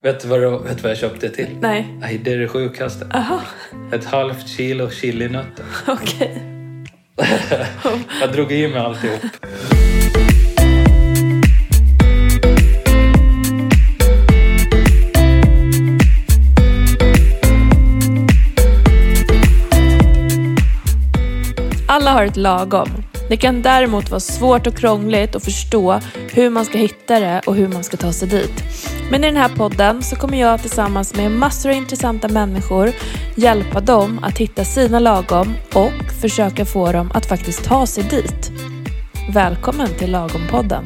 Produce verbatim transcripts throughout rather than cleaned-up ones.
Vet du vad, jag, vet vad jag köpte till? Nej. Nej, det är det sjukaste. Aha. Ett halvt kilo chilinötter. Okej. Jag drog i mig alltihop. Alla har ett lagom. Det kan däremot vara svårt och krångligt att förstå hur man ska hitta det och hur man ska ta sig dit. Men i den här podden så kommer jag tillsammans med massor av intressanta människor hjälpa dem att hitta sina lagom och försöka få dem att faktiskt ta sig dit. Välkommen till Lagom-podden.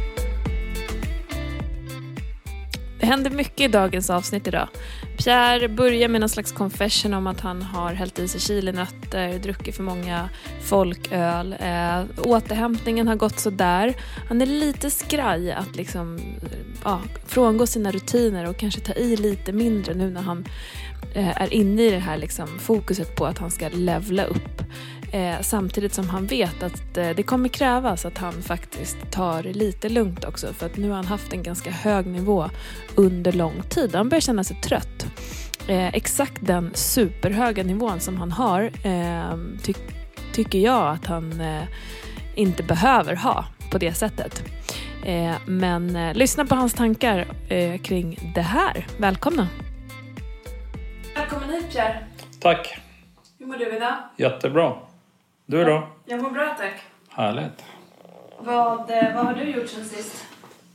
Det händer mycket i dagens avsnitt idag. Pierre börjar med någon slags confession om att han har hällt i sig chilinötter, druckit för många folköl. Eh, återhämtningen har gått så där. Han är lite skraj att liksom, ja, frångå sina rutiner och kanske ta i lite mindre nu när han eh, är inne i det här liksom, fokuset på att han ska levla upp. Eh, samtidigt som han vet att eh, det kommer krävas att han faktiskt tar lite lugnt också. För att nu har han haft en ganska hög nivå under lång tid. Han börjar känna sig trött. Eh, exakt den superhöga nivån som han har eh, ty- tycker jag att han eh, inte behöver ha på det sättet. Eh, men eh, lyssna på hans tankar eh, kring det här. Välkomna! Välkommen hit, Pierre. Tack. Hur mår du idag? Jättebra. Du då? Jag mår bra, tack. Härligt. Vad, vad har du gjort sen sist?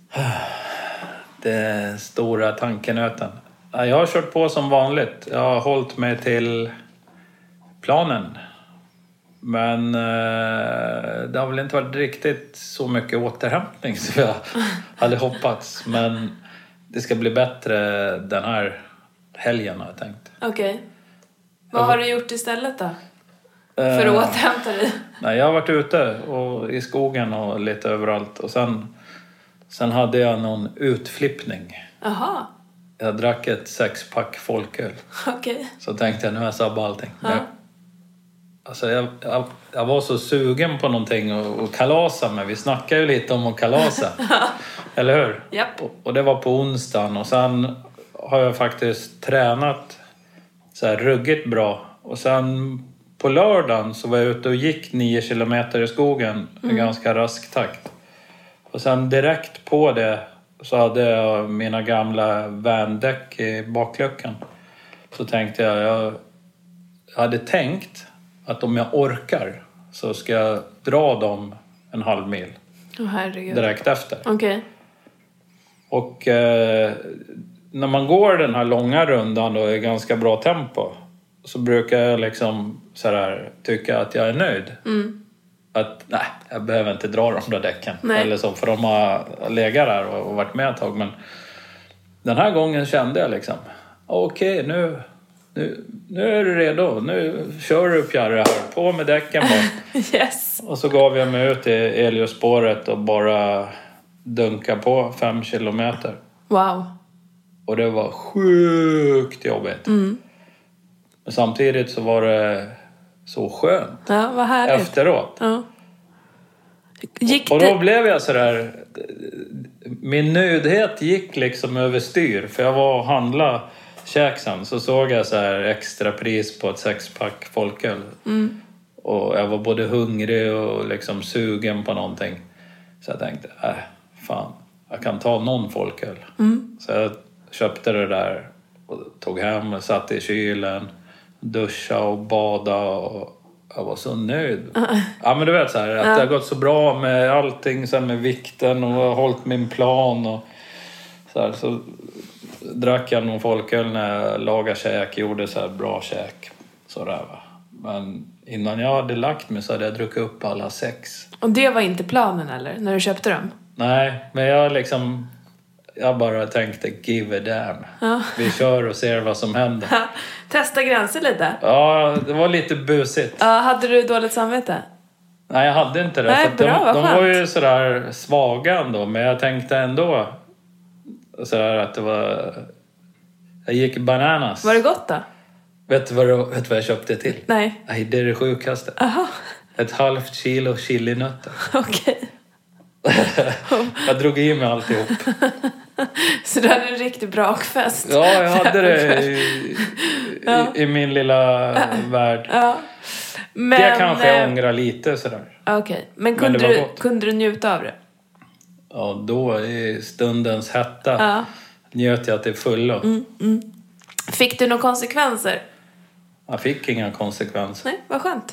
Det stora tankenöten. Jag har kört på som vanligt. Jag har hållit mig till planen. Men eh, det har väl inte varit riktigt så mycket återhämtning som jag hade hoppats. Men det ska bli bättre den här helgen har jag tänkt. Okej. Okay. Vad har du gjort istället då? För att återhämta dig? Nej, jag har varit ute och i skogen och lite överallt. Och sen, sen hade jag någon utflippning. Aha. Jag drack ett sexpack folköl. Okej. Okay. Så tänkte jag, nu har jag sabbat allting. Ja. Jag, alltså jag, jag, jag var så sugen på någonting och, och kalasa med. Vi snackade ju lite om att kalasa. Eller hur? Japp. Och, och det var på onsdagen. Och sen har jag faktiskt tränat så här ruggigt bra. Och sen på lördagen så var jag ute och gick nio kilometer i skogen i mm. ganska rask takt. Och sen direkt på det så hade jag mina gamla vandäck i bakluckan. Så tänkte jag, jag hade tänkt att om jag orkar så ska jag dra dem en halv mil. Oh, herregud. Direkt efter. Okej. Okay. Och eh, när man går den här långa rundan då i ganska bra tempo så brukar jag liksom så här, tycka att jag är nöjd. Mm. Att nej, jag behöver inte dra de där däcken. Nej. Eller så, för de har legat där och, och varit med ett tag. Men den här gången kände jag liksom, okej, okay, nu, nu, nu är du redo. Nu kör du Pierre här. På med däcken bara. Yes. Och så gav jag mig ut i Eliospåret och bara dunka på fem kilometer. Wow. Och det var sjukt jobbigt. Mm. Men samtidigt så var det så skönt. Ja, vad härligt. Efteråt. Ja. Gick och då det... blev jag så där. Min nöjdhet gick liksom överstyr. För jag var och handlade käksen. Så såg jag så här extra pris på ett sexpack folköl. Mm. Och jag var både hungrig och liksom sugen på någonting. Så jag tänkte, äh, fan. Jag kan ta någon folköl. Mm. Så jag köpte det där. Och tog hem och satt i kylen. Duscha och bada och jag var så nöjd. Uh. Ja, men du vet så här att uh. det har gått så bra med allting sen med vikten och jag har hållit min plan och så här, så drack jag någon folköl när jag lagade käk, gjorde så här bra käk så där va. Men innan jag hade lagt mig så hade jag druckit upp alla sex. Och det var inte planen eller när du köpte dem? Nej, men jag liksom jag bara tänkte, give a damn. Ja. Vi kör och ser vad som händer. Ja. Testa gränser lite. Ja, det var lite busigt. Ja, hade du dåligt samvete? Nej, jag hade inte det. Nej, för bra, de, de vad var ju sådär svaga ändå. Men jag tänkte ändå sådär att det var... Jag gick bananas. Var det gott då? Vet du vad, vet vad jag köpte till? Nej. Nej, det är det sjukaste. Aha. Ett halvt kilo chilinötter. Okej. Jag drog i mig alltihop. Så du hade en riktigt bra fest. Ja, jag hade det i, ja. i, i min lilla värld. Ja. Men, det kanske jag ångrar lite sådär. Okej, okay. Men, kunde, Men du, kunde du njuta av det? Ja, då i stundens hetta ja. njöt jag till fullo. Mm, mm. Fick du några konsekvenser? Jag fick inga konsekvenser. Nej, vad skönt.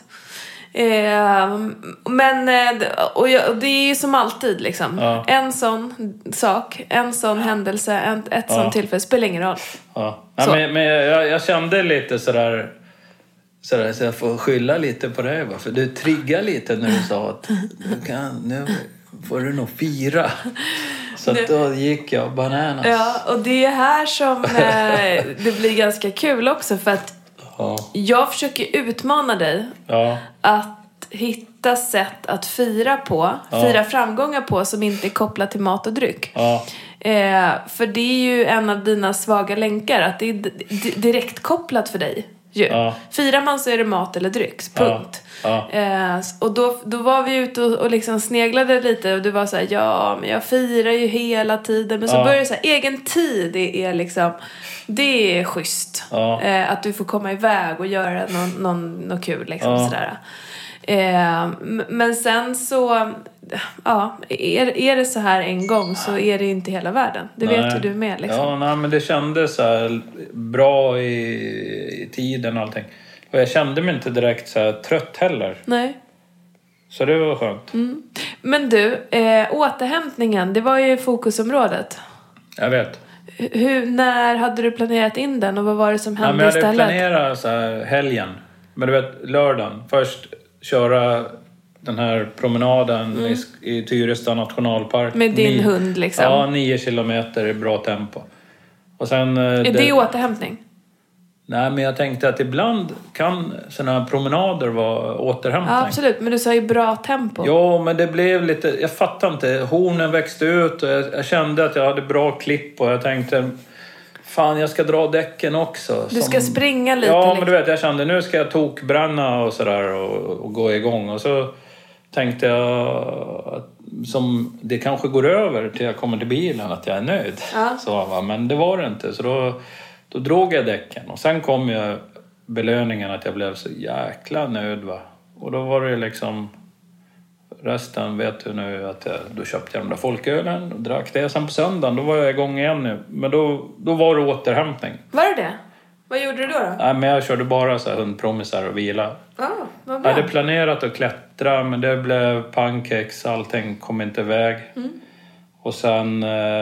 Eh, men och jag, det är ju som alltid liksom. Ja. En sån sak, en sån händelse, en, ett ja. sånt tillfälle spelar ingen roll. Ja. Ja, men men jag, jag kände lite sådär, sådär så jag får skylla lite på det, för du triggar lite när du sa att du kan, nu får du nog fira. Så att då gick jag bananas. Ja, och det är här som eh, det blir ganska kul också, för att ja. jag försöker utmana dig ja. att hitta sätt att fira på, ja. fira framgångar på som inte är kopplat till mat och dryck. Ja. Eh, för det är ju en av dina svaga länkar, att det är d- d- direkt kopplat för dig. Ja. Firar man så är det mat eller dryck, punkt. Ja. Ja. Eh, och då, då var vi ute och, och liksom sneglade lite, och du var så här: ja, men jag firar ju hela tiden. Men så ja. började det så här: egen tid, det är liksom, det är schysst. Ja. Eh, att du får komma iväg och göra någon, någon, något kul liksom, ja. sådär. Eh, men sen så, ja, är, är det så här en gång så är det inte hela världen. Det nej. vet ju du med liksom. Ja, nej, men det kändes så här bra i, i tiden och allting. Och jag kände mig inte direkt så här trött heller. Nej. Så det var skönt. Mm. Men du, eh, återhämtningen, det var ju fokusområdet. Jag vet. Hur, när hade du planerat in den och vad var det som hände ja, istället? Jag hade planerat så här helgen. Men du vet, lördagen. Först köra den här promenaden mm. i, i Tyresta nationalpark. Med din Ni, hund liksom? Ja, nio kilometer i bra tempo. Och sen, är det, det återhämtning? Nej, men jag tänkte att ibland kan sådana här promenader vara återhämtning. Ja, absolut. Men du sa ju bra tempo. Ja, men det blev lite... Jag fattar inte. Hornen växte ut och jag, jag kände att jag hade bra klipp och jag tänkte... Fan, jag ska dra däcken också. Du ska som, springa lite. Ja, liksom. men du vet, jag kände nu ska jag tokbränna och sådär och, och gå igång. Och så tänkte jag att som det kanske går över till jag kommer till bilen att jag är nöjd. Ja. Så, va? Men det var det inte. Så då, då drog jag däcken. Och sen kom ju belöningen att jag blev så jäkla nöjd. Va? Och då var det liksom... Resten vet du nu att jag, då köpte jag den där folkölen och drack det. Sen på söndagen, då var jag igång igen nu. Men då, då var det återhämtning. Var det det? Vad gjorde du då? då? Nej, men jag körde bara så här hundpromisar och vila. Ah, vad bra. Jag hade planerat att klättra, men det blev pancakes. Allting kom inte iväg. Mm. Och sen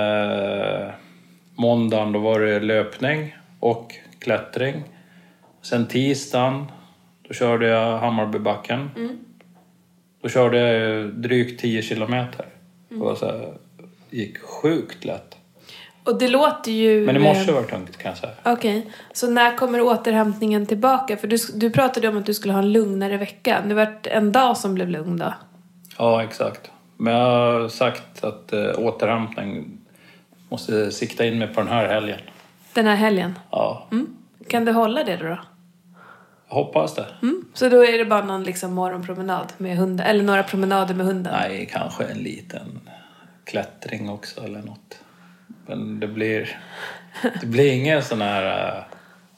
eh, måndagen, då var det löpning och klättring. Sen tisdagen, då körde jag Hammarbybacken. Mm. Då körde jag drygt tio kilometer. Det var så här, gick sjukt lätt. Och det låter ju... Men i morse var det tungt, kan jag säga. Okej, okay. Så när kommer återhämtningen tillbaka? För du, du pratade om att du skulle ha en lugnare vecka. Det var en dag som blev lugn då. Ja, exakt. Men jag har sagt att äh, återhämtning måste sikta in mig på den här helgen. Den här helgen? Ja. Mm. Kan du hålla det då? Jag hoppas det. Mm. Så då är det bara någon liksom morgonpromenad med hunden? Eller några promenader med hunden? Nej, kanske en liten klättring också eller något. Men det blir, det blir ingen sån här uh,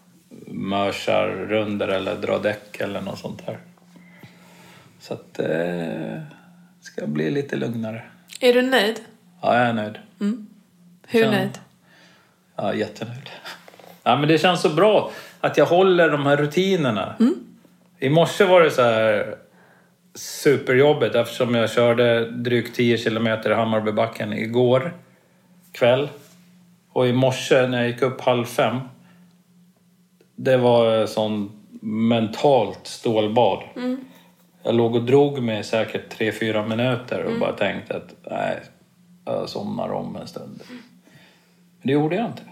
mörsarrunder eller dra däck eller något sånt där. Så att det uh, ska bli lite lugnare. Är du nöjd? Ja, jag är nöjd. Mm. Hur Sen, nöjd? Ja, jättenöjd. Ja, men det känns så bra att jag håller de här rutinerna. Mm. I morse var det så här superjobbigt eftersom jag körde drygt tio kilometer i Hammarbybacken igår kväll. Och i morse när jag gick upp halv fem, det var sån mentalt stålbad. Mm. Jag låg och drog mig säkert tre fyra minuter och mm. bara tänkte att nej, jag somnar om en stund. Men det gjorde jag inte.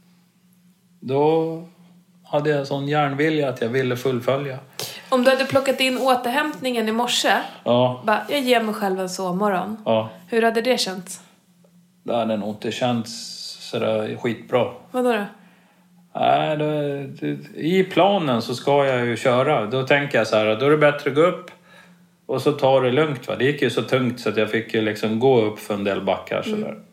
Då hade jag sån järnvilja att jag ville fullfölja. Om du hade plockat in återhämtningen i morse, ja. bara, jag ger mig själv en sovmorgon. Ja. Hur hade det känts? Det hade nog inte känts sådär skitbra. Vadå då? Nej, det, det, i planen så ska jag ju köra. Då tänker jag så här, då är det bättre att gå upp och så tar det lugnt. Va? Det gick ju så tungt så att jag fick ju liksom gå upp för en del backar. Mm. Så där.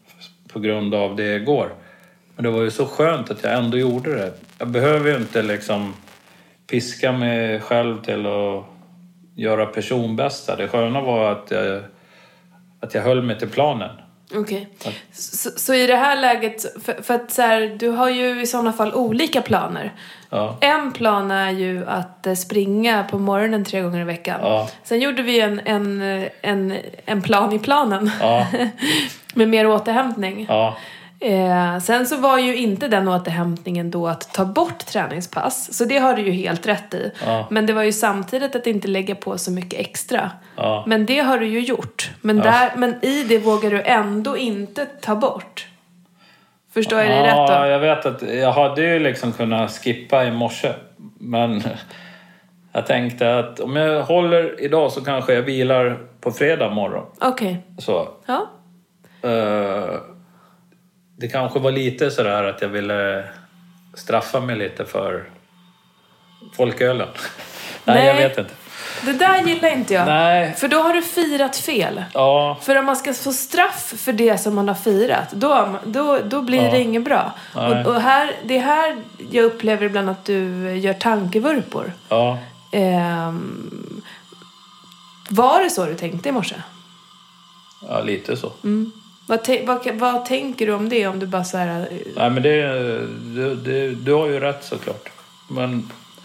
på grund av det igår. Men det var ju så skönt att jag ändå gjorde det. Jag behöver ju inte liksom piska mig själv till att göra personbästa. Det sköna var att jag, att jag höll mig till planen. Okej. Okay. Så, så i det här läget, för, för att så här, du har ju i sådana fall olika planer. Ja. En plan är ju att springa på morgonen tre gånger i veckan. Ja. Sen gjorde vi en, en, en, en plan i planen. Ja. Med mer återhämtning. Ja. Eh, sen så var ju inte den återhämtningen då att ta bort träningspass. Så det har du ju helt rätt i. Ja. Men det var ju samtidigt att inte lägga på så mycket extra. Ja. Men det har du ju gjort. Men, Ja. där, men i det vågar du ändå inte ta bort. Förstår jag dig Ja, rätt då? jag vet att jag hade ju liksom kunnat skippa i morse. Men jag tänkte att om jag håller idag så kanske jag vilar på fredag morgon. Okej. Okay. Så. Ja. Uh, det kanske var lite sådär att jag ville straffa mig lite för folkölen. Nej, Nej, jag vet inte. Det där gillar inte jag. Nej. För då har du firat fel. Ja. För om man ska få straff för det som man har firat, då, då, då blir ja. det inget bra. Och, och här, det är här jag upplever ibland att du gör tankevurpor. Ja. Ehm, var det så du tänkte i morse? Ja, lite så. Mm. Vad, te- vad, vad tänker du om det? Om du bara så här... Nej, men det, det, det, du har ju rätt såklart. Men...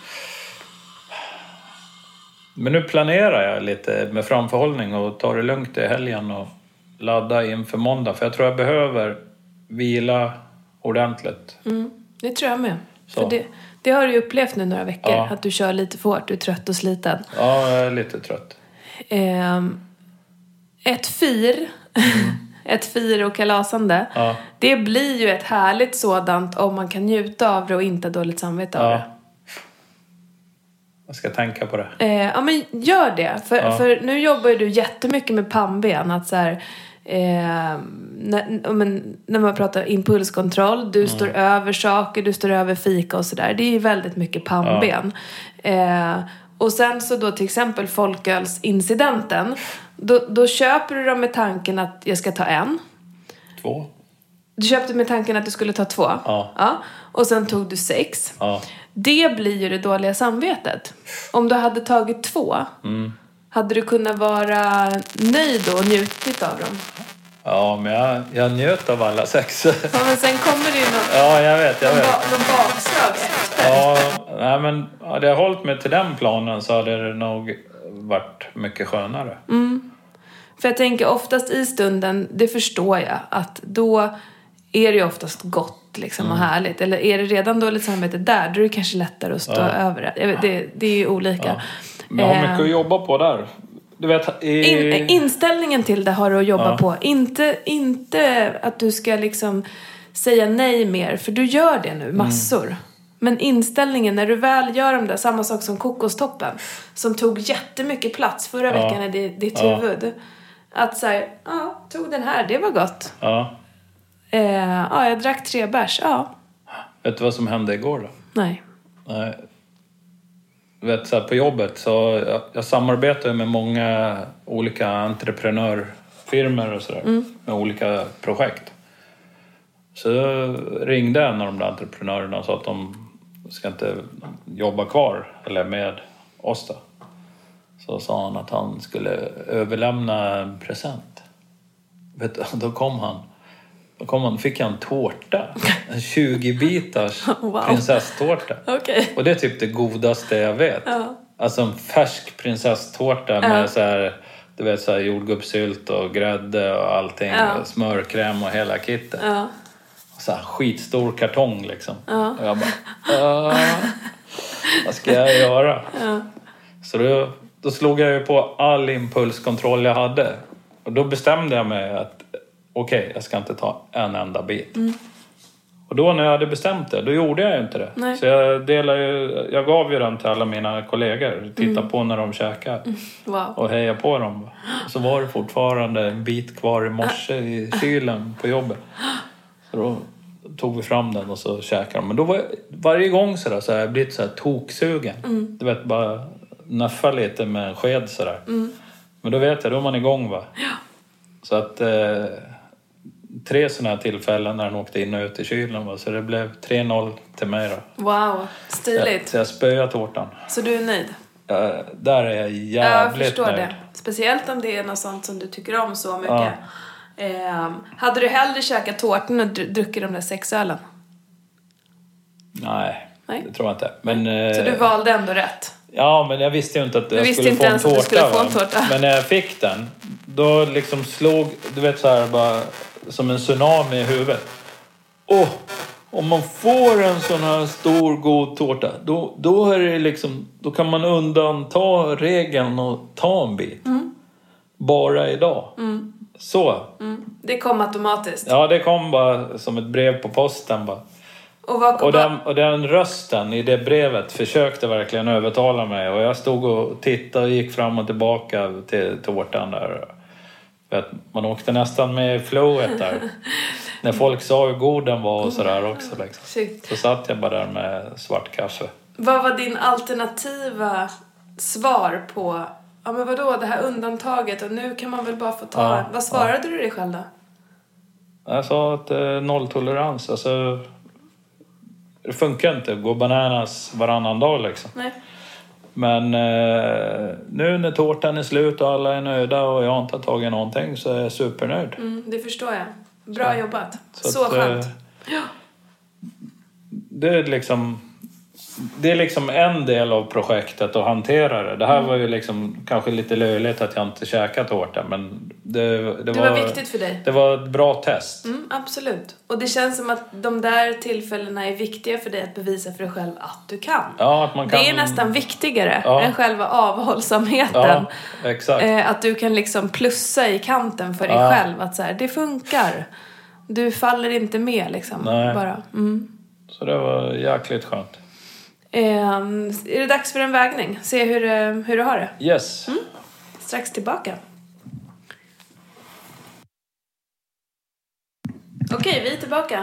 Men nu planerar jag lite med framförhållning och tar det lugnt i helgen och ladda inför måndag. För jag tror jag behöver vila ordentligt. Mm, det tror jag med. Så. För det, det har du upplevt nu några veckor. Ja. Att du kör lite för hårt, du är trött och sliten. Ja, jag är lite trött. Um, ett fir, mm. ett fir och kalasande. Ja. Det blir ju ett härligt sådant om man kan njuta av det och inte ha dåligt samvete av ja. det. Jag ska tänka på det. Eh, ja, men gör det. För, ja. för nu jobbar ju du jättemycket med pannben. Att så här, eh, när, men, när man pratar impulskontroll. Du mm. står över saker, du står över fika och sådär. Det är ju väldigt mycket pannben. Ja. Eh, och sen så då till exempel folkölsincidenten. Då, då köper du dem med tanken att jag ska ta en. Två. Du köpte med tanken att du skulle ta två. Ja. Ja. Och sen tog du sex. Ja. Det blir ju det dåliga samvetet. Om du hade tagit två. Mm. Hade du kunnat vara nöjd och njutit av dem? Ja, men jag, jag njöt av alla sex. Ja, men sen kommer det ju någon, ja, jag vet, jag någon, vet. Ba, någon bakslag efter. Ja, nej, men hade jag hållit mig till den planen så hade det nog varit mycket skönare. Mm. För jag tänker oftast i stunden, det förstår jag, att då är det ju oftast gott liksom, och härligt. Eller är det redan dåligt samvete där, då är det kanske lättare att stå ja. över det. det. Det är ju olika. Ja. Men jag har mycket att jobba på där. Du vet, i... In, inställningen till det har du att jobba ja. på. Inte, inte att du ska liksom säga nej mer. För du gör det nu, massor. Mm. Men inställningen, när du väl gör dem där, samma sak som kokostoppen. Som tog jättemycket plats förra ja. veckan i ditt ja. huvud. Att säga, ja, tog den här, det var gott. Ja. Eh, ja, jag drack tre bärs, ja. Vet du vad som hände igår då? Nej. Nej. Vet, så här, på jobbet så jag, jag samarbetar med många olika entreprenörfirmor och sådär. Mm. Med olika projekt. Så jag ringde en av de där entreprenörerna och sa att de ska inte jobba kvar eller med oss då. Så sa han att han skulle överlämna en present. Vet du, då kom han. Då kom han, fick jag en tårta. En tjugo-bitars wow. prinsesstårta. Okay. Och det är typ det godaste jag vet. Ja. Alltså en färsk prinsesstårta ja. med så här, du vet, så här jordgubbssylt och grädde och allting. Ja. Och smörkräm och hela kittet. Ja. Och så här skitstor kartong liksom. Ja. Och jag bara, vad ska jag göra? Ja. Så då, då slog jag ju på all impulskontroll jag hade. Och då bestämde jag mig att okej, okay, jag ska inte ta en enda bit. Mm. Och då när jag hade bestämt det, då gjorde jag ju inte det. Nej. Så jag delade ju, jag gav ju den till alla mina kollegor. Titta mm. på när de käkar. Mm. Wow. Och heja på dem. Och så var det fortfarande en bit kvar i morse i kylen på jobbet. Så då tog vi fram den och så käkade de. Men då var jag, varje gång sådär så har jag blivit så här toksugen. Mm. Du vet, bara naffa lite med en sked sådär. Mm. Men då vet jag, då är man igång va? Ja. Så att... Eh, tre sådana här tillfällen när den åkte in och ut i kylen. Så det blev tre noll till mig då. Wow, stiligt. Så jag spöade tårtan. Så du är nöjd? Ja, där är jag jävligt Jag förstår nöjd. det. Speciellt om det är något sånt som du tycker om så mycket. Ja. Eh, hade du hellre käkat tårtan och dr- druckit de där sex ölen? Nej, Nej, det tror jag inte. Men, så du valde ändå rätt? Ja, men jag visste ju inte att du jag skulle, inte få en, ens tårta, att du skulle få en tårta. Men när jag fick den, då liksom slog, du vet så här bara som en tsunami i huvudet. Åh, om man får en sån här stor god tårta, då, då är det liksom, då kan man undanta regeln och ta en bit. Mm. Bara idag. Mm. Så. Mm. Det kom automatiskt. Ja, det kom bara som ett brev på posten bara. Och, vad kom och, den, och den rösten i det brevet försökte verkligen övertala mig. Och jag stod och tittade och gick fram och tillbaka till tårtan där. För att man åkte nästan med flowet där. När folk sa hur god den var och sådär också. Liksom. Så satt jag bara där med svart kaffe. Vad var din alternativa svar på... Ja, men vadå, det här undantaget och nu kan man väl bara få ta... Ja, vad svarade ja. du dig själv då? Jag sa att eh, nolltolerans, alltså... Det funkar inte att gå bananas varannan dag liksom. Nej. Men eh, nu när tårtan är slut och alla är nöjda och jag inte har tagit någonting så är jag supernöjd. Mm, det förstår jag. Bra så. jobbat. Så, så att, skönt. Eh, ja. Det är liksom... Det är liksom en del av projektet att hantera det. Det här mm. var ju liksom kanske lite löjligt att jag inte käkat tårta. Men det, det, det var, var viktigt för dig. Det var ett bra test. Mm, absolut. Och det känns som att de där tillfällena är viktiga för dig att bevisa för dig själv att du kan. Ja, att man kan... Det är nästan viktigare ja. än själva avhållsamheten. Ja, exakt. Eh, att du kan liksom plussa i kanten för dig ja. själv. Att så här, det funkar. Du faller inte med liksom. Nej. Bara. Mm. Så det var jäkligt skönt. Eh, är det dags för en vägning? Se hur, hur du har det. Yes. Mm. Strax tillbaka. Okej, vi är tillbaka.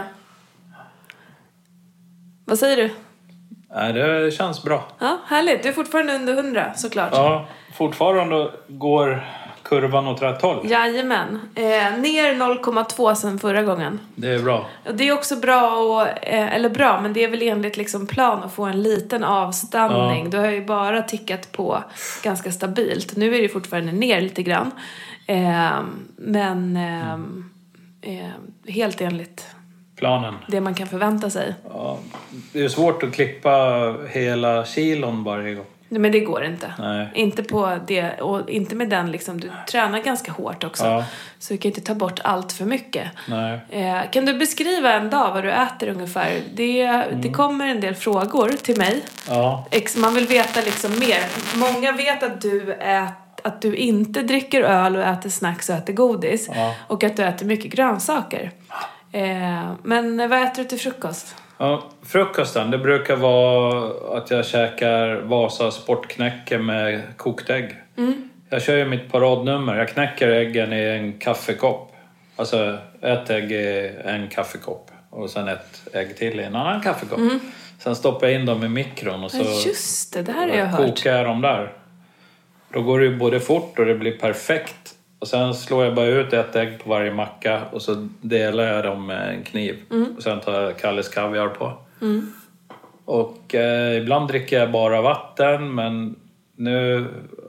Vad säger du? Nej, det känns bra. Ja, härligt. Du är fortfarande under hundra, såklart. Ja, fortfarande går kurvan åt rätt håll. Jajamän. Eh, ner noll komma två sen förra gången. Det är bra. Och det är också bra, och, eh, eller bra, men det är väl enligt liksom plan att få en liten avstanning. Ja. Du har ju bara tickat på ganska stabilt. Nu är det fortfarande ner lite grann. Eh, men eh, mm. eh, helt enligt planen. Det man kan förvänta sig. Ja, det är svårt att klippa hela kilon varje gång. Men det går inte. Nej. Inte på det, och inte med den liksom, du tränar ganska hårt också. Ja. Så du kan inte ta bort allt för mycket. Nej. Eh, kan du beskriva en dag vad du äter ungefär? Det, mm. det kommer en del frågor till mig. Ja. Man vill veta liksom mer. Många vet att du äter, att du inte dricker öl och äter snacks och äter godis. Ja. Och att du äter mycket grönsaker. Eh, men vad äter du till frukost? Ja, frukosten, det brukar vara att jag käkar Vasa sportknäcke med kokt ägg. Mm. Jag kör ju mitt paradnummer. Jag knäcker äggen i en kaffekopp. Alltså ett ägg i en kaffekopp. Och sen ett ägg till i en annan kaffekopp. Mm. Sen stoppar jag in dem i mikron. Och så ja, just det, det här har jag hört. Kokar jag dem där. Då går det ju både fort och det blir perfekt. Och sen slår jag bara ut ett ägg på varje macka. Och så delar jag dem med en kniv. Mm. Och sen tar jag Kalles kaviar på. Mm. Och eh, ibland dricker jag bara vatten. Men nu,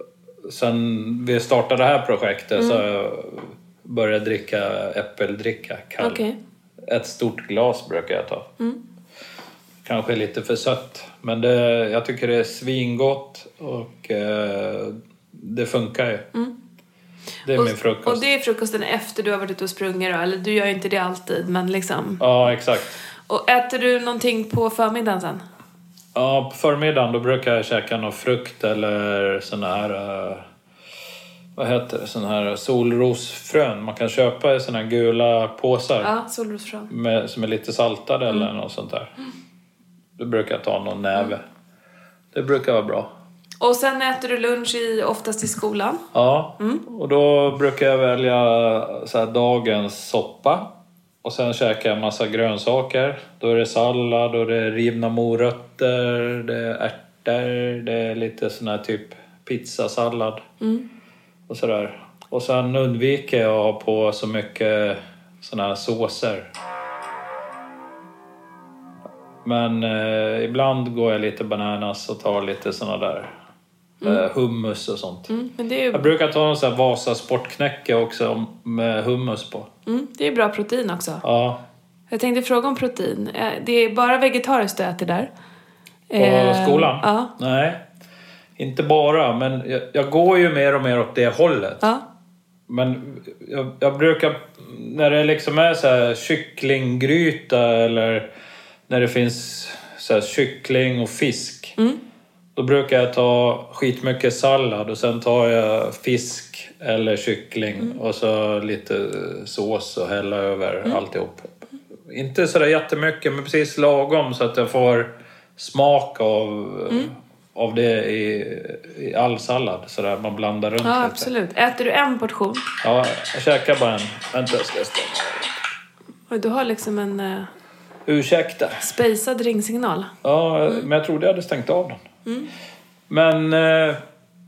sen vi startade det här projektet mm. så jag började dricka äppeldricka. Kall. Okay. Ett stort glas brukar jag ta. Mm. Kanske lite för sött. Men det, jag tycker det är svingott. Och eh, det funkar ju. Mm. Det är och, min frukost. Och det är frukosten efter du har varit ute och sprungit då? Eller du gör ju inte det alltid, men liksom... Ja, exakt. Och äter du någonting på förmiddagen sen? Ja, på förmiddagen då brukar jag käka någon frukt eller sån här... Uh, vad heter det? Sån här solrosfrön. Man kan köpa i såna här gula påsar. Ja, solrosfrön. Med, som är lite saltade mm. eller något sånt där. Mm. Då brukar jag ta någon näve. Mm. Det brukar vara bra. Och sen äter du lunch i, oftast i skolan? Ja, mm. och då brukar jag välja så här, dagens soppa. Och sen käkar jag en massa grönsaker. Då är det sallad, då är det rivna morötter, det är ärtor, det är lite sån här typ pizzasallad. Mm. Och sådär. Och sen undviker jag att ha på så mycket såna här såser. Men eh, ibland går jag lite bananas och tar lite såna där mm. eh, hummus och sånt. Mm, men det är ju... Jag brukar ta en sån här Vasa sportknäcke också med hummus på. Mm, det är bra protein också. Ja. Jag tänkte fråga om protein. Det är bara vegetariskt du äter där? På eh, skolan? Ja. Nej, inte bara. Men jag, jag går ju mer och mer åt det hållet. Ja. Men jag, jag brukar, när det liksom är så här kycklinggryta eller när det finns så här kyckling och fisk. Mm. Då brukar jag ta skitmycket sallad och sen tar jag fisk eller kyckling mm. och så lite sås och hälla över mm. alltihop. Inte sådär jättemycket men precis lagom så att jag får smak av, mm. av det i, i all sallad. Sådär man blandar runt ja, lite. Absolut. Äter du en portion? Ja, jag käkar bara en. Vänta, ska jag stämma. Och du har liksom en... Uh, Ursäkta. Spejsad ringsignal. Ja, mm. men jag trodde jag hade stängt av den. Mm. Men... Uh,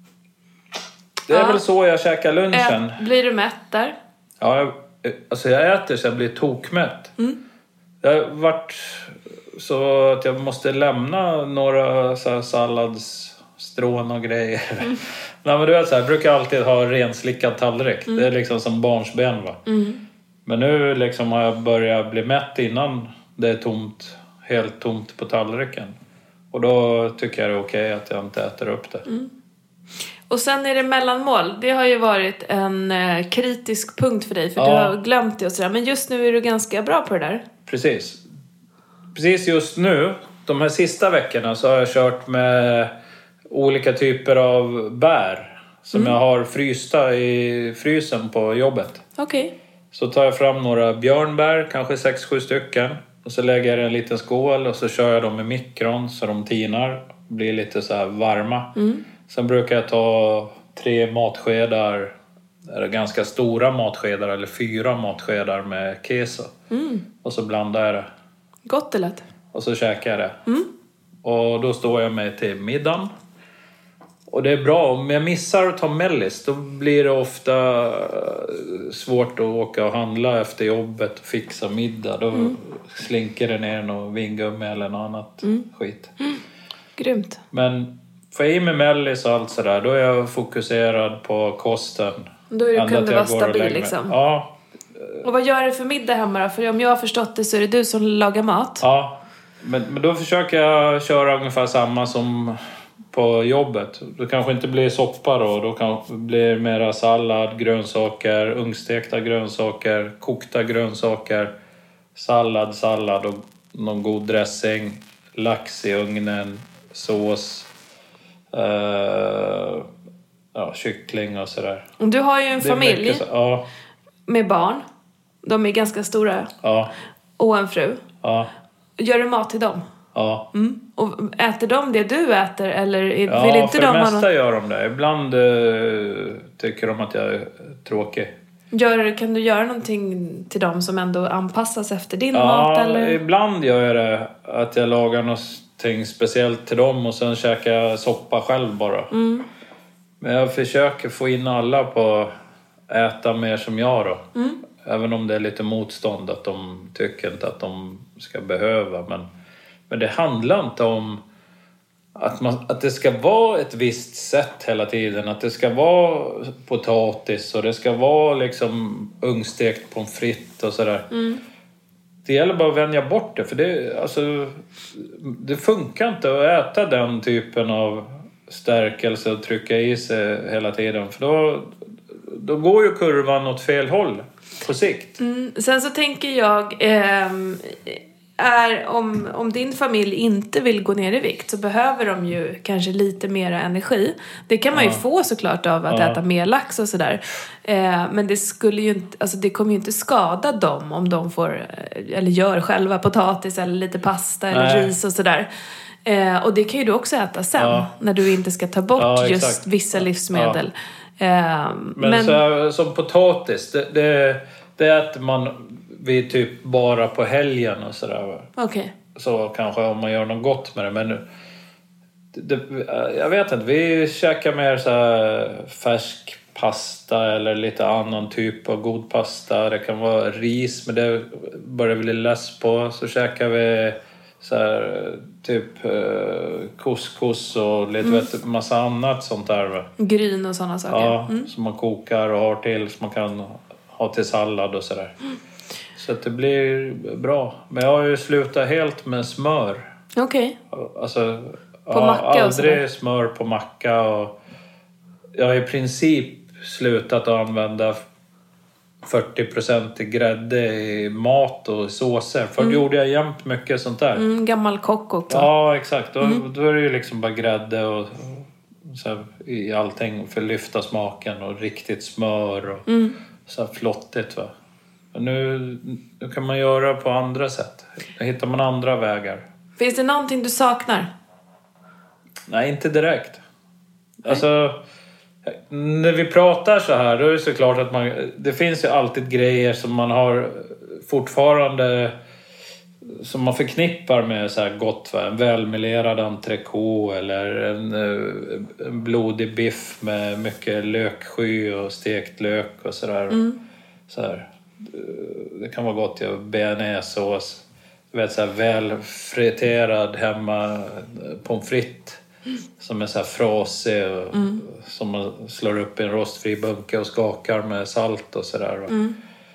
det är ja. väl så jag käkar lunchen. Ä- blir du mätt där? Ja, jag, alltså jag äter så jag blir tokmätt. Mm. Det har varit så att jag måste lämna några så här salladsstrån och grejer. Mm. Nej, men du vet så här, jag brukar alltid ha renslickad tallrik. Mm. Det är liksom som barnsben va. Mm. Men nu liksom har jag börjat bli mätt innan det är tomt, helt tomt på tallriken. Och då tycker jag det är okej att jag inte äter upp det. Mm. Och sen är det mellanmål. Det har ju varit en eh, kritisk punkt för dig. För ja. du har glömt det och sådär. Men just nu är du ganska bra på det där. Precis. Precis just nu, de här sista veckorna så har jag kört med olika typer av bär. Som mm. jag har frysta i frysen på jobbet. Okej. Okay. Så tar jag fram några björnbär, kanske sex sju stycken. Och så lägger jag i en liten skål och så kör jag dem i mikron så de tinar. Blir lite så här varma. Mm. Sen brukar jag ta tre matskedar, eller ganska stora matskedar eller fyra matskedar med keso. Mm. Och så blandar jag det. Gott eller lätt? Och så käkar jag det. Mm. Och då står jag med till middagen. Och det är bra. Om jag missar att ta mellis då blir det ofta svårt att åka och handla efter jobbet och fixa middag. Då mm. slinker det ner någon vingummi eller något annat mm. skit. Mm. Grymt. Men får jag i mig mellis och allt sådär, då är jag fokuserad på kosten. Då är du, kan du vara stabil liksom. Ja. Och vad gör du för middag hemma då? För om jag har förstått det så är det du som lagar mat. Ja, men, men då försöker jag köra ungefär samma som på jobbet. Det kanske inte blir soppa då. Då kanske det blir mera sallad, grönsaker, ugnstekta grönsaker, kokta grönsaker, sallad, sallad och någon god dressing, lax i ugnen, sås, Uh, ja, kyckling och sådär. Du har ju en familj så, ja. med barn. De är ganska stora. Ja. Och en fru. Ja. Gör du mat till dem? Ja. Mm. Och äter de det du äter? Eller vill ja, inte för de det mesta någon... gör de det. Ibland uh, tycker de att jag är tråkig. Gör, kan du göra någonting till dem som ändå anpassas efter din ja, mat? Eller? Ja, ibland gör jag det. Att jag lagar något speciellt till dem och sen käkar jag soppa själv bara. Mm. Men jag försöker få in alla på äta mer som jag då. Mm. Även om det är lite motstånd att de tycker inte att de ska behöva. Men, men det handlar inte om att, man, att det ska vara ett visst sätt hela tiden. Att det ska vara potatis och det ska vara liksom ugnsstekt pommes frites och sådär. Mm. Det gäller bara att vänja bort det. För det, alltså, det funkar inte att äta den typen av stärkelse och trycka i sig hela tiden. För då, då går ju kurvan åt fel håll på sikt. Mm, sen så tänker jag... Eh, är om, om din familj inte vill gå ner i vikt så behöver de ju kanske lite mer energi. Det kan man ju ja. få såklart av att ja. äta mer lax och sådär. Eh, men det skulle ju inte, alltså det kommer ju inte skada dem om de får, eller gör själva potatis eller lite pasta eller Nej. ris och sådär. Eh, och det kan ju du också äta sen ja. när du inte ska ta bort ja, just vissa livsmedel. Ja. Eh, men men så, som potatis, det, det, det äter man... Vi typ bara på helgen och sådär. Okej. Okay. Så kanske om man gör något gott med det. Men det, det, jag vet inte. Vi käkar mer så här färsk pasta eller lite annan typ av god pasta. Det kan vara ris, men det börjar vi bli less på. Så käkar vi så här, typ eh, couscous och lite mm. vet, massa annat sånt där. Va? Gryn och sådana saker. Ja, mm. som man kokar och har till, som man kan ha till sallad och sådär. Mm. Så att det blir bra. Men jag har ju slutat helt med smör. Okej. Okay. Alltså, på ja, macka och aldrig smör på macka. Och jag har i princip slutat att använda fyrtio procent grädde i mat och såser. För mm. då gjorde jag jämt mycket sånt där. Mm, gammal kock också. Ja, exakt. Då, mm. då är det ju liksom bara grädde och, och så här, i allting för att lyfta smaken och riktigt smör och mm. så här flottigt, va. Nu, nu kan man göra på andra sätt. Då hittar man andra vägar. Finns det någonting du saknar? Nej, inte direkt. Nej. Alltså, när vi pratar så här, då är det såklart att man... Det finns ju alltid grejer som man har fortfarande... Som man förknippar med så här gott, va? En välmelerad entrecote eller en, en blodig biff med mycket löksky och stekt lök och sådär. Mm. Så här. Det kan vara gott, ja, bearnaisesås. Du vet, så här väl friterad hemma pommes frites mm. som är så här frasig och mm. som man slår upp i en rostfri bunke och skakar med salt och sådär. Mm.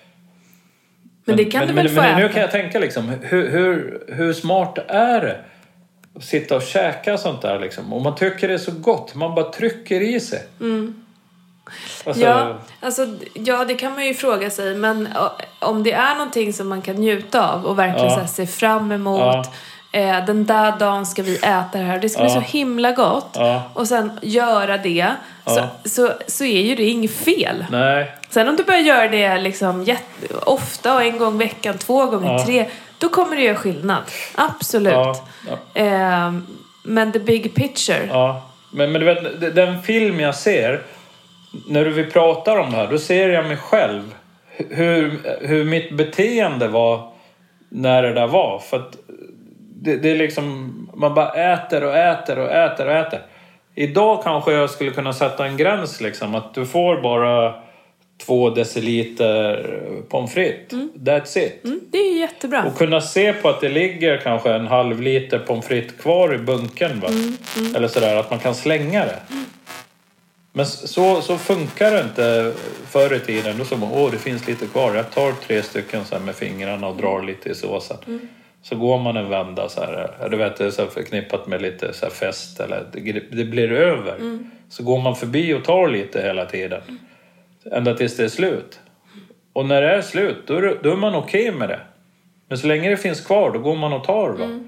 Men det kan men, du väl men, få men äta? Nu kan jag tänka liksom, hur, hur, hur smart är det att sitta och käka sånt där liksom? Och man tycker det är så gott, man bara trycker i sig. Mm. Alltså, ja, alltså, ja, det kan man ju fråga sig. Men om det är någonting som man kan njuta av och verkligen ja. se fram emot. Ja. Eh, den där dagen ska vi äta det här. Det ska ja. bli så himla gott. Ja. Och sen göra det. Ja. Så, så, så är ju det inget fel. Nej. Sen om du börjar göra det liksom jätte, ofta och en gång i veckan, två gånger, ja. tre. Då kommer det göra skillnad. Absolut. Ja. Ja. Eh, men the big picture. Ja. Men, men du vet, den film jag ser... När vi pratar om det här, då ser jag mig själv. Hur, hur mitt beteende var när det där var. För att det, det är liksom... Man bara äter och äter och äter och äter. Idag kanske jag skulle kunna sätta en gräns liksom. Att du får bara två deciliter pommes frites. Mm. That's it. Mm, det är jättebra. Och kunna se på att det ligger kanske en halv liter pommes frites kvar i bunken. Va? Mm, mm. Eller sådär, att man kan slänga det. Mm. Men så, så funkar det inte förr i tiden. Då sa man, åh det finns lite kvar. Jag tar tre stycken så här med fingrarna och drar lite i såsen. Mm. Så går man en vända så här. Du vet, det är så här förknippat med lite så här fest. Eller det, det blir över. Mm. Så går man förbi och tar lite hela tiden. Mm. Ända tills det är slut. Och när det är slut, då är, då är man okej okay med det. Men så länge det finns kvar, då går man och tar, va? Mm.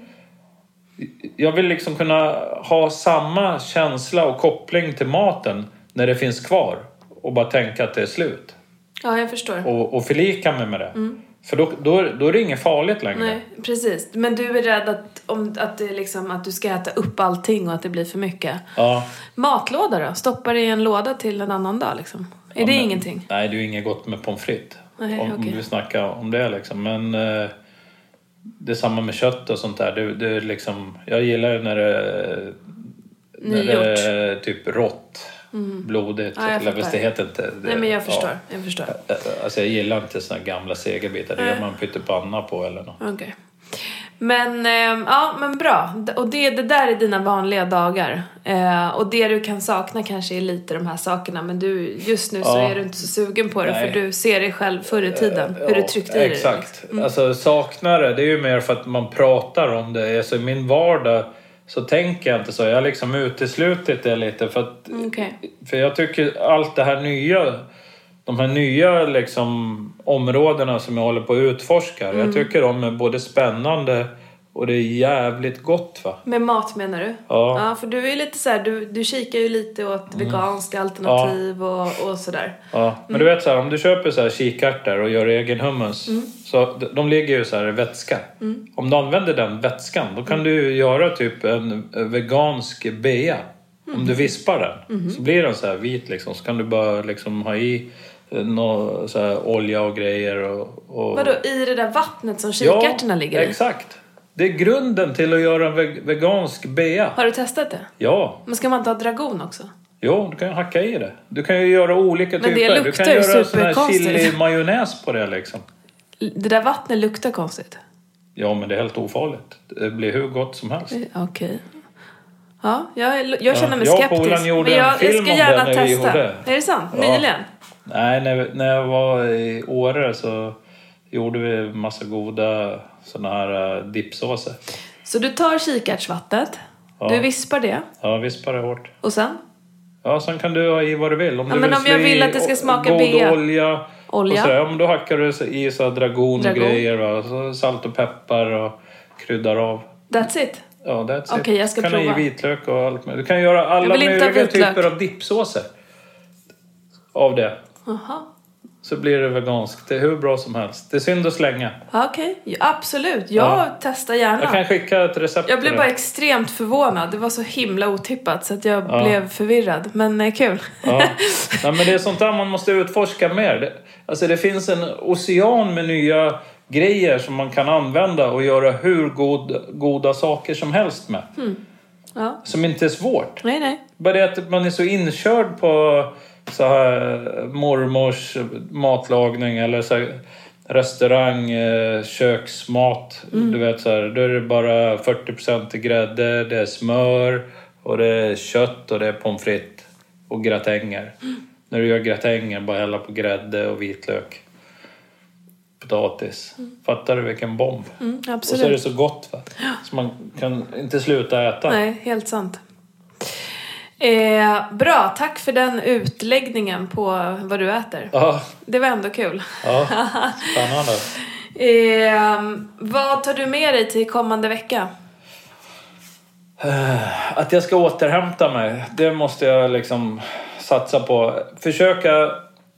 Jag vill liksom kunna ha samma känsla och koppling till maten när det finns kvar. Och bara tänka att det är slut. Ja, jag förstår. Och, och förlika mig med det. Mm. För då, då, då är det inget farligt längre. Nej, precis. Men du är rädd att, om, att, det liksom, att du ska äta upp allting och att det blir för mycket. Ja. Matlåda då? Stoppar det i en låda till en annan dag liksom? Är ja, det men, ingenting? Nej, det är ju inget gott med pommes frites. Nej, om okay. vi snackar om det liksom. Men... Eh, det är samma med kött och sånt där. Det, det är liksom, jag gillar ju när det, när det är typ rått. Mm. Blodigt. Ja, eller visst det heter inte. Det, Nej, men jag förstår. Ja. Jag förstår. Alltså jag gillar inte såna gamla segerbitar. Det gör man pyttepanna på eller något. Okej. Okay. Men, eh, ja, men bra. Och det, det där är dina vanliga dagar. Eh, och det du kan sakna kanske är lite de här sakerna. Men du, just nu så ja. är du inte så sugen på det. Nej. För du ser dig själv förr i tiden. Hur ja, du tryckte i exakt. det. Exakt. Mm. Alltså saknar det, det är ju mer för att man pratar om det. Alltså i min vardag så tänker jag inte så. Jag har liksom uteslutit det lite. För, att, okay. för jag tycker allt det här nya... De här nya liksom, områdena som jag håller på att utforska. Mm. Jag tycker de är både spännande och det är jävligt gott, va? Med mat menar du? Ja. Ja, för du är lite så här, du, du kikar ju lite åt mm. veganska alternativ ja. och, och sådär. Ja, men mm. du vet så här, om du köper så här kikärtor och gör egen hummus. Mm. Så de, de ligger ju så här i vätska. Mm. Om du använder den vätskan, då kan mm. du göra typ en vegansk bea. Mm. Om du vispar den mm. så blir den så här vit liksom. Så kan du bara liksom ha i... Nå, så här, olja och grejer och, och... Vadå, i det där vattnet som kikärtorna ja, ligger i? Exakt. Det är grunden till att göra en vegansk bea. Har du testat det? Ja. Men ska man inte ha dragon också? Jo, du kan ju hacka i det. Du kan ju göra olika Men typer. det Du kan luktar ju göra sån här superkonstigt. chili-majonnäs på det liksom. Det där vattnet luktar konstigt. Ja, men det är helt ofarligt. Det blir hur gott som helst. Okej. Ja, jag, jag känner mig Ja, jag och skeptisk. Polan gjorde Men jag, en film jag ska om gärna det när vi testa. gjorde. Är det sant? Ja. Nyligen? Nej, när, när jag var i Åre så gjorde vi massa goda såna här uh, dipsåser. Så du tar kikärtsvattnet. Ja. Du vispar det. Ja, vispar det hårt. Och sen? Ja, sen kan du ha i vad du vill. Om Ja, du men vill om jag slå vill i att det ska smaka god bea. olja. Olja. Och sådär, ja, men då hackar du i så här dragon, Dragon. och grejer. Va? Så salt och peppar och kryddar av. That's it? Ja, that's it. Okej, jag ska du kan prova. ha i vitlök och allt möjligt. Du kan göra alla vill inte ha möjliga vitlök. typer av dipsåser. Av det. Aha. Så blir det veganskt. Det är hur bra som helst. Det är synd att slänga. Okej, ja, absolut. Jag Ja. testar gärna. Jag kan skicka ett recept. Jag blev på bara det. extremt förvånad. Det var så himla otippat så att jag Ja. blev förvirrad. Men eh, kul. Ja. Nej, men det är sånt där man måste utforska mer. Det, alltså det finns en ocean med nya grejer som man kan använda och göra hur god, goda saker som helst med. Ja. Som inte är svårt. Nej, nej. Bara det att man är så inkörd på så här mormors matlagning eller så här restaurang, eh, köksmat. Mm. Du vet så här, då är det bara fyrtio procent grädde, det är smör och det är kött och det är pommes frites och gratänger. Mm. När du gör gratänger, bara hälla på grädde och vitlök. Potatis. Mm. Fattar du vilken bomb? Mm, Och så är det absolut. så gott, va? Så man kan inte sluta äta. Nej, helt sant. Eh, bra, tack för den utläggningen på vad du äter. Ja, Det var ändå kul. ja. Spännande. Eh, vad tar du med dig till kommande vecka? Att jag ska återhämta mig, det måste jag liksom satsa på. Försöka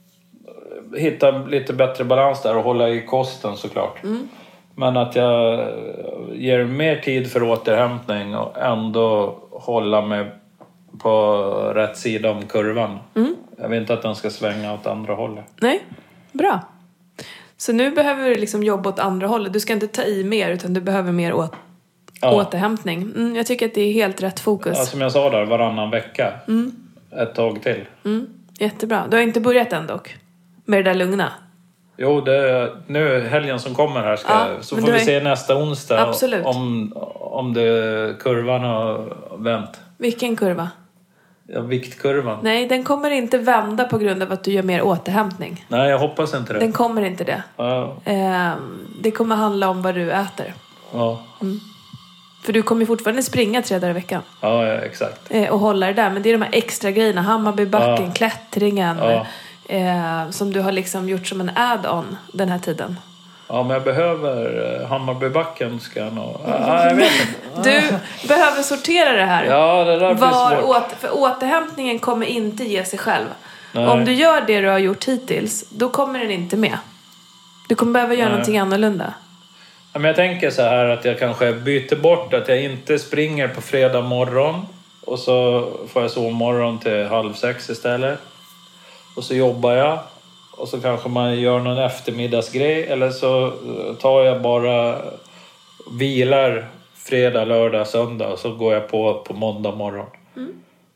hitta lite bättre balans där och hålla i kosten såklart. Mm. Men att jag ger mer tid för återhämtning och ändå hålla mig på rätt sida om kurvan. Mm. Jag vill inte att den ska svänga åt andra hållet. Nej, bra. Så nu behöver du liksom jobba åt andra hållet. Du ska inte ta i mer utan du behöver mer åt Ja. återhämtning. Mm, jag tycker att det är helt rätt fokus. Ja, som jag sa där, varannan vecka. Mm. Ett tag till. Mm, jättebra. Du har inte börjat än dock? Med det där lugna? Jo, det, nu helgen som kommer här ska, Ja, så men får vi du är- se nästa onsdag Absolut. om, om det, kurvan har vänt. Vilken kurva? Ja, viktkurvan. Nej. Nej, den kommer inte vända på grund av att du gör mer återhämtning. jag hoppas inte det. Den kommer inte det. Ja, Ehm, det kommer handla om vad du äter. ja, För du kommer ju fortfarande springa tre dagar i veckan. ja, ja, exakt. Eh, och hålla det där. Men det är de här extra grejerna. Hammarbybacken, Ja. klättringen. Ja. Eh, som du har liksom gjort som en add-on den här tiden. Ja, men jag behöver eh, Hammarbybacken ska jag nog... Ja, jag vet inte. Du behöver sortera det här. Ja, det där blir Var svårt. åter, för återhämtningen kommer inte ge sig själv. Nej. Om du gör det du har gjort hittills, då kommer den inte med. Du kommer behöva göra Nej. någonting annorlunda. Ja, men jag tänker så här att jag kanske byter bort att jag inte springer på fredag morgon och så får jag sovmorgon till halv sex istället. Och så jobbar jag och så kanske man gör någon eftermiddagsgrej eller så tar jag bara vilar fredag, lördag, söndag och så går jag på på måndag morgon. Mm.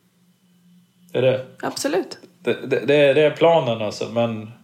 Det är det. Absolut. Det, det, det, är, det är planen alltså, men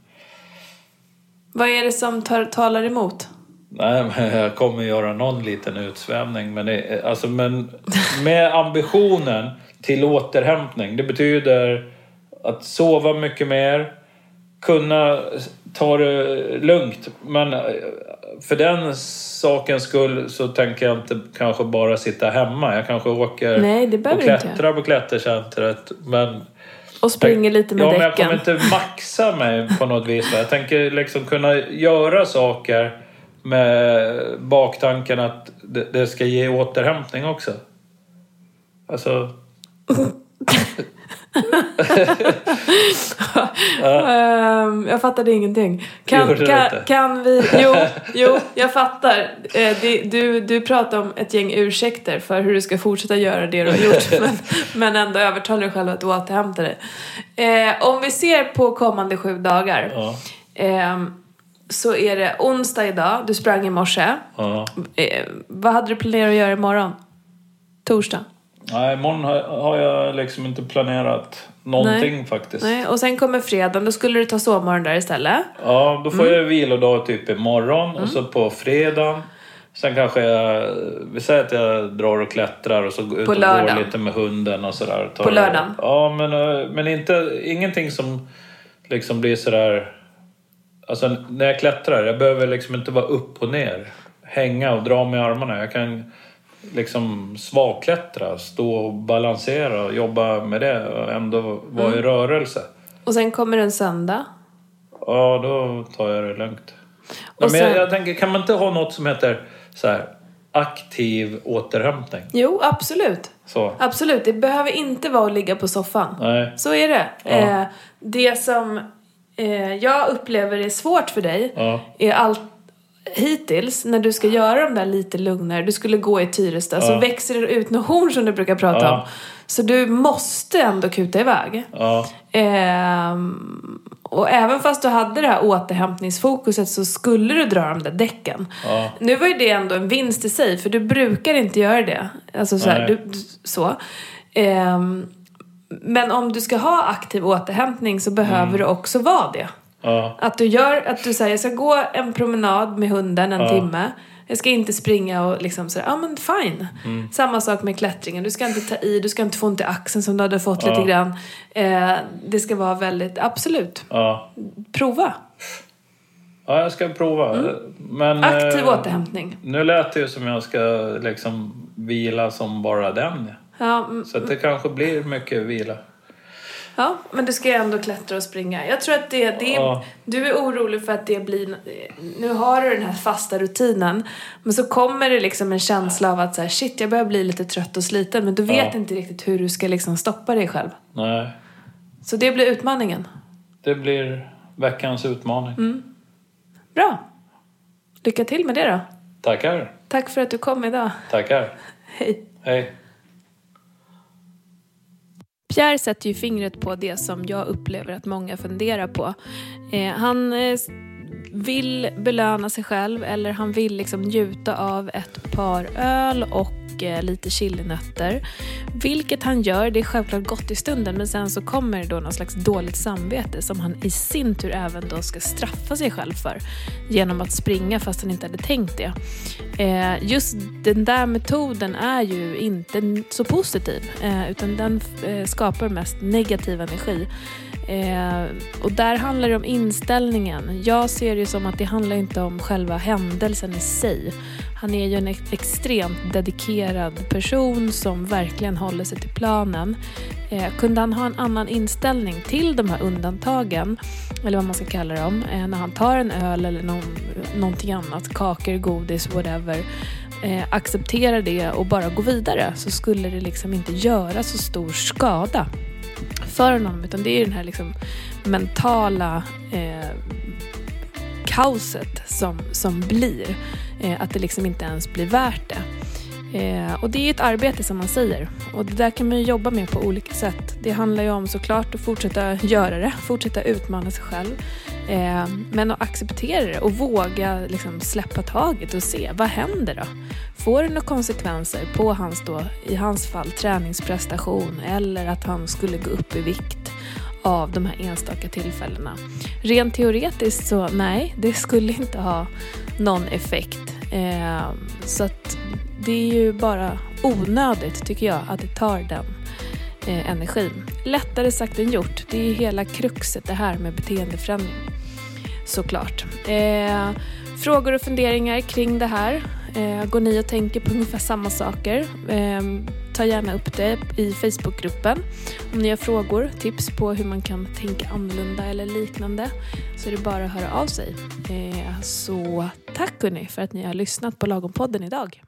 Vad är det som tar, talar emot? nej, men jag kommer göra någon liten utsvävning. Men, det, alltså, men med ambitionen till återhämtning. Det betyder att sova mycket mer. Kunna ta det lugnt. Men för den sakens skull så tänker jag inte kanske bara sitta hemma. Jag kanske åker Nej, det och behöver du inte klättrar på klättercentret. Men Och springer lite med ja, men jag däcken. kommer inte maxa mig på något vis. Jag tänker liksom kunna göra saker med baktanken att det, det ska ge återhämtning också. Alltså... Ehm, jag fattade ingenting. Kan, Gjorde du kan, inte? kan vi... Jo, jo jag fattar. Eh, det, du, du pratar om ett gäng ursäkter för hur du ska fortsätta göra det du har gjort. men, men ändå övertalar dig själv att återhämta dig. Eh, om vi ser på kommande sju dagar. Ja, Eh, så är det onsdag idag. Du sprang i morse. ja. Eh, vad hade du planerat att göra imorgon? Torsdag? Nej, imorgon har, har jag liksom inte planerat någonting. Nej. Faktiskt. Nej, och sen kommer fredagen, då skulle du ta sovmorgon där istället. Ja, då får mm. jag vilodag typ imorgon mm. och så på fredagen. Sen kanske jag, vi säger att jag drar och klättrar och så går ut och går lite med hunden och sådär. På lördagen? Ja, men, men inte, ingenting som liksom blir sådär, alltså när jag klättrar, jag behöver liksom inte vara upp och ner, hänga och dra med armarna. Jag kan liksom svagklättra, stå och balansera och jobba med det och ändå vara mm. i rörelse. Och sen kommer en söndag? Ja, då tar jag det lugnt. Nej, sen... men jag, jag tänker, kan man inte ha något som heter så här, aktiv återhämtning? Jo, absolut. Så. Absolut, det behöver inte vara att ligga på soffan. Nej. Så är det. Ja. Eh, det som eh, jag upplever är svårt för dig ja. är allt hittills, när du ska göra de där lite lugnare, du skulle gå i Tyresta ja. så växer det ut några horn som du brukar prata ja. om. Så du måste ändå kuta iväg. Ja. Ehm, och även fast du hade det här återhämtningsfokuset så skulle du dra de där däcken. Ja. Nu var ju det ändå en vinst i sig, för du brukar inte göra det. Alltså så här, du, så. Ehm, men om du ska ha aktiv återhämtning så behöver mm. du också vara det. Ja. Att du gör, att du säger, jag ska gå en promenad med hunden en ja. timme. Jag ska inte springa och liksom sådär, ja men fine. Mm. Samma sak med klättringen. Du ska inte ta i, du ska inte få ont i axeln som du hade fått ja. lite grann. Eh, det ska vara väldigt, absolut. Ja. Prova. Ja, jag ska prova. Mm. Men, aktiv eh, återhämtning. Nu lät det ju som jag ska liksom vila som bara den. Ja, mm, så att det kanske blir mycket vila. Ja, men du ska ju ändå klättra och springa. Jag tror att det, det ja. du är orolig för att det blir, nu har du den här fasta rutinen, men så kommer det liksom en känsla av att så här, shit, jag börjar bli lite trött och sliten, men du vet ja. inte riktigt hur du ska liksom stoppa dig själv. Nej. Så det blir utmaningen. Det blir veckans utmaning. Mm. Bra. Lycka till med det då. Tackar. Tack för att du kom idag. Tackar. Hej. Hej. Pierre sätter ju fingret på det som jag upplever att många funderar på. Eh, han eh, vill belöna sig själv, eller han vill liksom njuta av ett par öl och eh, lite chilinötter. Vilket han gör, det är självklart gott i stunden, men sen så kommer det då någon slags dåligt samvete som han i sin tur även då ska straffa sig själv för genom att springa fast han inte hade tänkt det. Eh, just den där metoden är ju inte så positiv, eh, utan den eh, skapar mest negativ energi. Eh, och där handlar det om inställningen. Jag ser det som att det handlar inte om själva händelsen i sig. Han är ju en ex- extremt dedikerad person som verkligen håller sig till planen. Eh, kunde han ha en annan inställning till de här undantagen, eller vad man ska kalla dem, eh, när han tar en öl eller någon, någonting annat, kakor, godis, whatever, eh, acceptera det och bara gå vidare, så skulle det liksom inte göra så stor skada för honom, utan det är den här liksom mentala eh, kaoset som, som blir eh, att det liksom inte ens blir värt det. Eh, och det är ett arbete som man säger, och det där kan man ju jobba med på olika sätt. Det handlar ju om såklart att fortsätta göra det, fortsätta utmana sig själv, eh, men att acceptera det och våga liksom släppa taget och se, vad händer då? Får det några konsekvenser på hans då, i hans fall, träningsprestation, eller att han skulle gå upp i vikt av de här enstaka tillfällena? Rent teoretiskt så nej, det skulle inte ha någon effekt. Eh, så att det är ju bara onödigt, tycker jag, att det tar den eh, energin. Lättare sagt än gjort. Det är hela kruxet det här med beteendeförändring. Såklart. Eh, frågor och funderingar kring det här. Eh, går ni och tänker på ungefär samma saker? Eh, ta gärna upp det i Facebookgruppen. Om ni har frågor, tips på hur man kan tänka annorlunda eller liknande, så är det bara att höra av sig. Eh, så tack hörni för att ni har lyssnat på Lagom-podden idag.